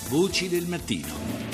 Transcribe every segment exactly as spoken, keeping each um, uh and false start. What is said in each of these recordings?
Voci del mattino.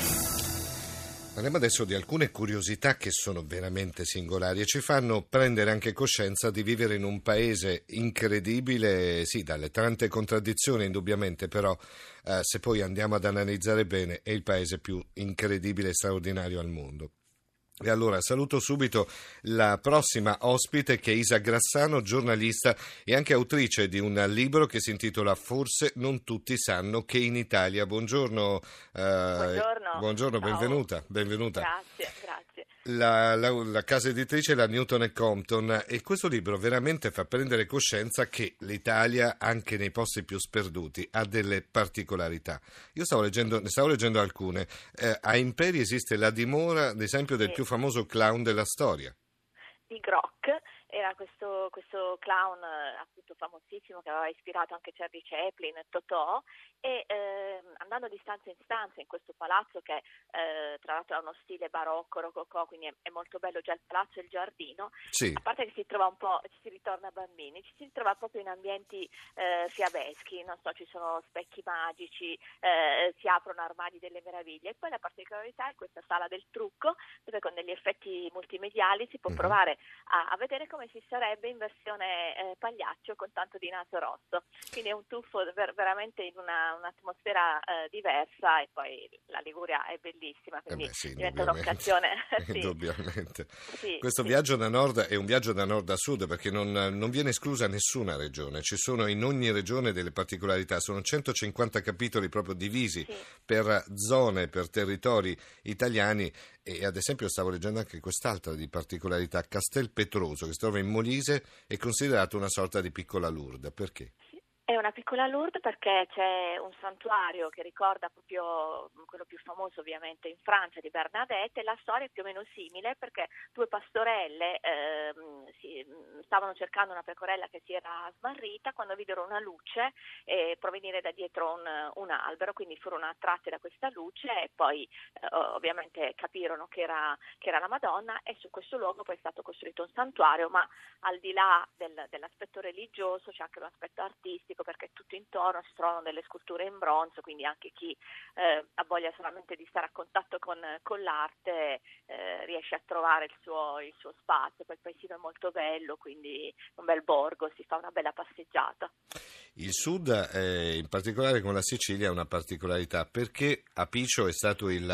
Parliamo adesso di alcune curiosità che sono veramente singolari e ci fanno prendere anche coscienza di vivere in un paese incredibile, sì, dalle tante contraddizioni indubbiamente, però eh, se poi andiamo ad analizzare bene è il paese più incredibile e straordinario al mondo. E allora saluto subito la prossima ospite, che è Isa Grassano, giornalista e anche autrice di un libro che si intitola Forse non tutti sanno che in Italia. Buongiorno. Eh, buongiorno. Buongiorno, Ciao. benvenuta. benvenuta. Grazie, grazie. La, la, la casa editrice è la Newton e Compton e questo libro veramente fa prendere coscienza che l'Italia, anche nei posti più sperduti, ha delle particolarità. Io stavo leggendo, ne stavo leggendo alcune. Eh, a Imperi esiste la dimora, ad esempio, del Sì. più famoso clown della storia. Di Grock. Era questo, questo clown eh, appunto famosissimo che aveva ispirato anche Charlie Chaplin, Totò, e eh, andando di stanza in stanza in questo palazzo che eh, tra l'altro ha uno stile barocco, rococò, quindi è, è molto bello già il palazzo e il giardino, Sì. a parte che si trova un po', ci si ritorna bambini, ci si ritrova proprio in ambienti eh, fiabeschi, non so, ci sono specchi magici, eh, si aprono armadi delle meraviglie, e poi la particolarità è questa sala del trucco dove con degli effetti multimediali si può Mm-hmm. provare a, a vedere come si sarebbe in versione eh, pagliaccio con tanto di naso rosso, quindi è un tuffo ver- veramente in una, un'atmosfera eh, diversa, e poi la Liguria è bellissima, quindi Eh beh, sì, diventa indubbiamente. un'occasione sì. Indubbiamente. Sì, Questo sì. viaggio da nord è un viaggio da nord a sud, perché non, non viene esclusa nessuna regione, ci sono in ogni regione delle particolarità, sono centocinquanta capitoli proprio divisi Sì. per zone, per territori italiani. E ad esempio stavo leggendo anche quest'altra di particolarità: Castelpetroso, che si trova in Molise, è considerato una sorta di piccola Lourdes. Perché? È una piccola Lourdes perché c'è un santuario che ricorda proprio quello più famoso ovviamente in Francia, di Bernadette, e la storia è più o meno simile perché due pastorelle ehm, si, stavano cercando una pecorella che si era smarrita quando videro una luce eh, provenire da dietro un, un albero, quindi furono attratte da questa luce e poi eh, ovviamente capirono che era, che era la Madonna, e su questo luogo poi è stato costruito un santuario, ma al di là del, dell'aspetto religioso c'è anche un aspetto artistico, perché tutto intorno si trovano delle sculture in bronzo, quindi anche chi eh, ha voglia solamente di stare a contatto con, con l'arte eh, riesce a trovare il suo, il suo spazio. Poi il paesino è molto bello, quindi un bel borgo, si fa una bella passeggiata. Il sud, eh, in particolare con la Sicilia, ha una particolarità, perché Apiccio è stato il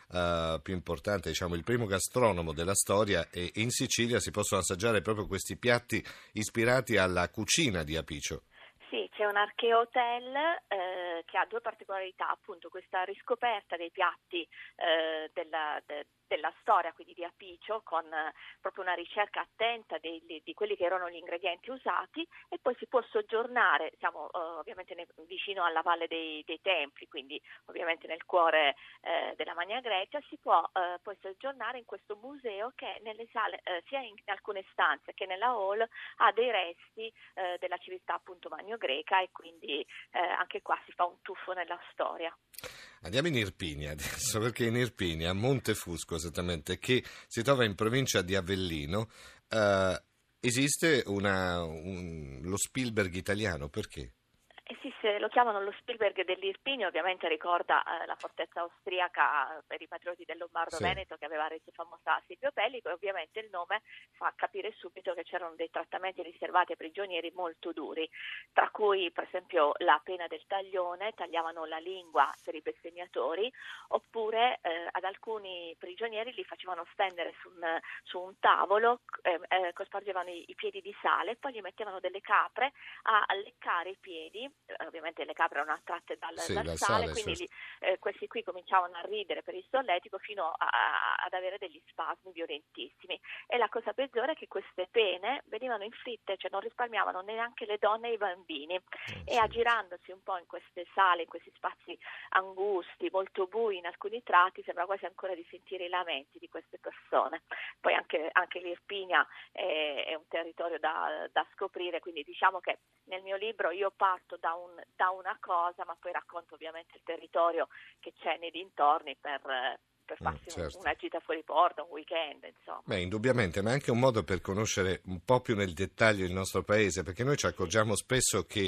uh, più importante, diciamo il primo gastronomo della storia, e in Sicilia si possono assaggiare proprio questi piatti ispirati alla cucina di Apiccio. Sì, c'è un Archeo Hotel eh, che ha due particolarità, appunto questa riscoperta dei piatti eh, della, de, della storia, quindi di Apiccio, con eh, proprio una ricerca attenta di, di quelli che erano gli ingredienti usati, e poi si può soggiornare, siamo eh, ovviamente ne, vicino alla Valle dei, dei Templi, quindi ovviamente nel cuore eh, della Magna Grecia, si può eh, poi soggiornare in questo museo che nelle sale, eh, sia in alcune stanze che nella hall, ha dei resti eh, della civiltà appunto magno greca, e quindi eh, anche qua si fa un tuffo nella storia. Andiamo in Irpinia adesso, perché in Irpinia, a Montefusco esattamente, che si trova in provincia di Avellino, eh, esiste una, un, lo Spielberg italiano. Perché? Eh sì, se lo chiamano lo Spielberg dell'Irpinia, ovviamente ricorda eh, la fortezza austriaca per i patrioti del Lombardo-Veneto, sì, che aveva reso famosa Silvio Pellico, e ovviamente il nome fa capire subito che c'erano dei trattamenti riservati ai prigionieri molto duri, tra cui per esempio la pena del taglione, tagliavano la lingua per i bestemmiatori, oppure eh, ad alcuni prigionieri li facevano stendere su un, su un tavolo, eh, eh, cospargevano i, i piedi di sale, e poi gli mettevano delle capre a, a leccare i piedi. Ovviamente le capre erano attratte dal, sì, dal sale, sale, quindi certo. li, eh, questi qui cominciavano a ridere per il solletico fino a, a, ad avere degli spasmi violentissimi. E la cosa peggiore è che queste pene venivano inflitte, cioè non risparmiavano neanche le donne e i bambini, eh, e certo. aggirandosi un po' in queste sale, in questi spazi angusti, molto bui in alcuni tratti, sembra quasi ancora di sentire i lamenti di queste persone. Poi anche, anche l'Irpinia è, è un territorio da, da scoprire, quindi diciamo che nel mio libro io parto da, un, da una cosa, ma poi racconto ovviamente il territorio che c'è nei dintorni per, per farsi mm, certo. un, una gita fuori porta, un weekend, insomma. Beh, indubbiamente, ma è anche un modo per conoscere un po' più nel dettaglio il nostro paese, perché noi ci accorgiamo spesso che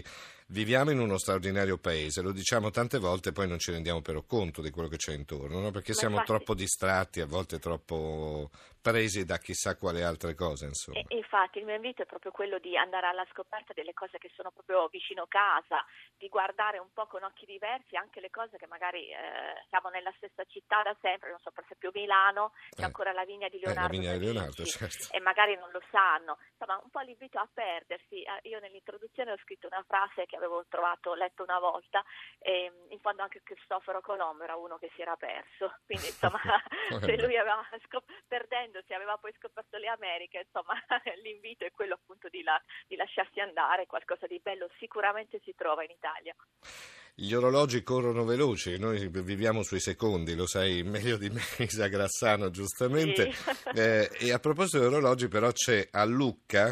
viviamo in uno straordinario paese, lo diciamo tante volte, poi non ci rendiamo però conto di quello che c'è intorno, no? Perché Ma siamo infatti, troppo distratti, a volte troppo presi da chissà quale altre cose, insomma. E- infatti il mio invito è proprio quello di andare alla scoperta delle cose che sono proprio vicino casa, di guardare un po' con occhi diversi anche le cose che magari eh, siamo nella stessa città da sempre, non so, per esempio Milano c'è Eh, ancora la vigna di eh, la Leonardo vigna da di Leonardo, Vinci certo. e magari non lo sanno, insomma un po' l'invito a perdersi. Eh, io nell'introduzione ho scritto una frase che avevo trovato, letto una volta, e in fondo anche Cristoforo Colombo era uno che si era perso, quindi insomma se lui aveva scop- perdendosi aveva poi scoperto le Americhe, insomma l'invito è quello appunto di, la- di lasciarsi andare, qualcosa di bello sicuramente si trova in Italia. Gli orologi corrono veloci, noi viviamo sui secondi, lo sai meglio di me, Isa Grassano, giustamente. Sì. Eh, e a proposito di orologi, però, c'è a Lucca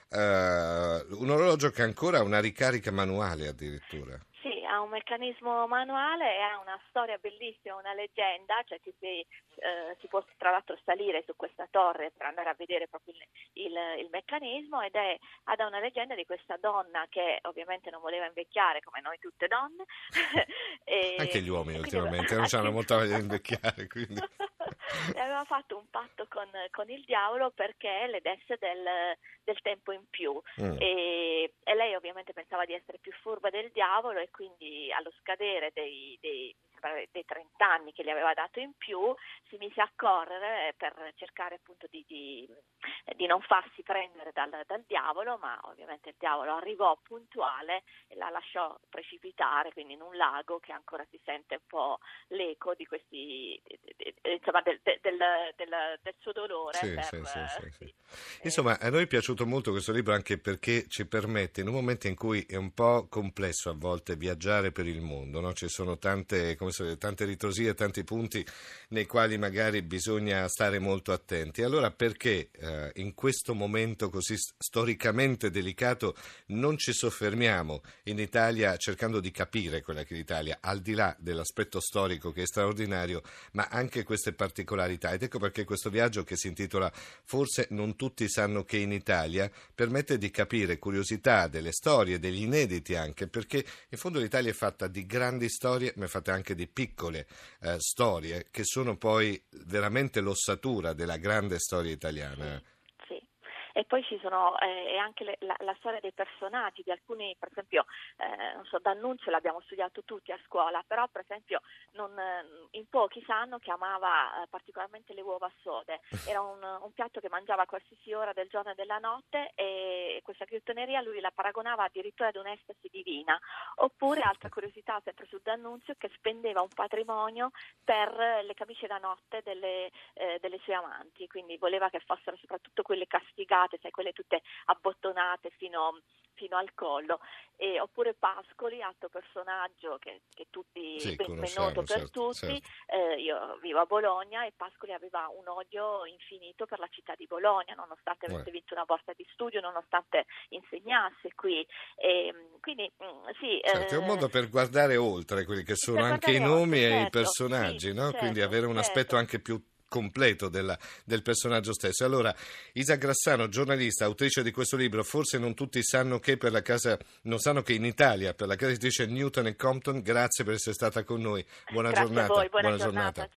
eh, un orologio che ancora ha una ricarica manuale addirittura. Sì, ha un meccanismo manuale e ha una storia bellissima, una leggenda, cioè ci si, eh, si può tra l'altro salire su questa torre per andare a vedere proprio il, il, il meccanismo ed è, ha da una leggenda di questa donna che ovviamente non voleva invecchiare come noi tutte donne. e, Anche gli uomini e ultimamente non hanno molta voglia di invecchiare, quindi... E aveva fatto un patto con, con il diavolo perché le desse del, del tempo in più Mm. e, e lei ovviamente pensava di essere più furba del diavolo e quindi allo scadere dei, dei, dei trenta anni che gli aveva dato in più si mise a correre per cercare appunto di, di, di non farsi prendere dal, dal diavolo, ma ovviamente il diavolo arrivò puntuale e la lasciò precipitare quindi in un lago che ancora si sente un po' l'eco di questi insomma del, del, del, del, del suo dolore. Sì, per, sì, sì, sì, sì. sì. Insomma, a noi è piaciuto molto questo libro anche perché ci permette, in un momento in cui è un po' complesso a volte viaggiare per il mondo, no? Ci sono tante, come si dice, tante ritrosie, tanti punti nei quali magari bisogna stare molto attenti. Allora perché eh, in questo momento così storicamente delicato non ci soffermiamo in Italia cercando di capire quella che è l'Italia, al di là dell'aspetto storico che è straordinario, ma anche queste particolarità? Ed ecco perché questo viaggio, che si intitola Forse non tutti sanno che in Italia, permette di capire curiosità delle storie, degli inediti anche, perché in fondo l'Italia è fatta di grandi storie, ma è fatta anche di piccole eh, storie, che sono poi veramente l'ossatura della grande storia italiana. Sì. E poi ci sono eh, anche le, la, la storia dei personaggi, di alcuni, per esempio, eh, non so, D'Annunzio l'abbiamo studiato tutti a scuola, però per esempio non, in pochi sanno che amava eh, particolarmente le uova sode, era un, un piatto che mangiava a qualsiasi ora del giorno e della notte e questa ghiottoneria lui la paragonava addirittura ad un'estasi divina. Oppure, altra curiosità sempre su D'Annunzio, che spendeva un patrimonio per le camicie da notte delle, eh, delle sue amanti, quindi voleva che fossero soprattutto quelle castigate, sai, quelle tutte abbottonate fino, fino al collo. E, oppure Pascoli, altro personaggio che, che tutti Sì, ben, ben conosciamo, noto per certo, tutti. certo. Eh, io vivo a Bologna e Pascoli aveva un odio infinito per la città di Bologna, nonostante avesse Eh. vinto una borsa di studio, nonostante insegnasse qui. E, quindi mm, sì, Certo, è un eh, modo per guardare oltre quelli che sono per anche i guardare nomi oltre, e i certo, personaggi, sì, no? certo, Quindi avere un aspetto certo. anche più completo della- del personaggio stesso. Allora, Isa Grassano, giornalista, autrice di questo libro, forse non tutti sanno che per la casa, non sanno che in Italia, per la casa editrice Newton e Compton, grazie per essere stata con noi. Buona Grazie giornata. a voi, buona, Buona giornata. giornata.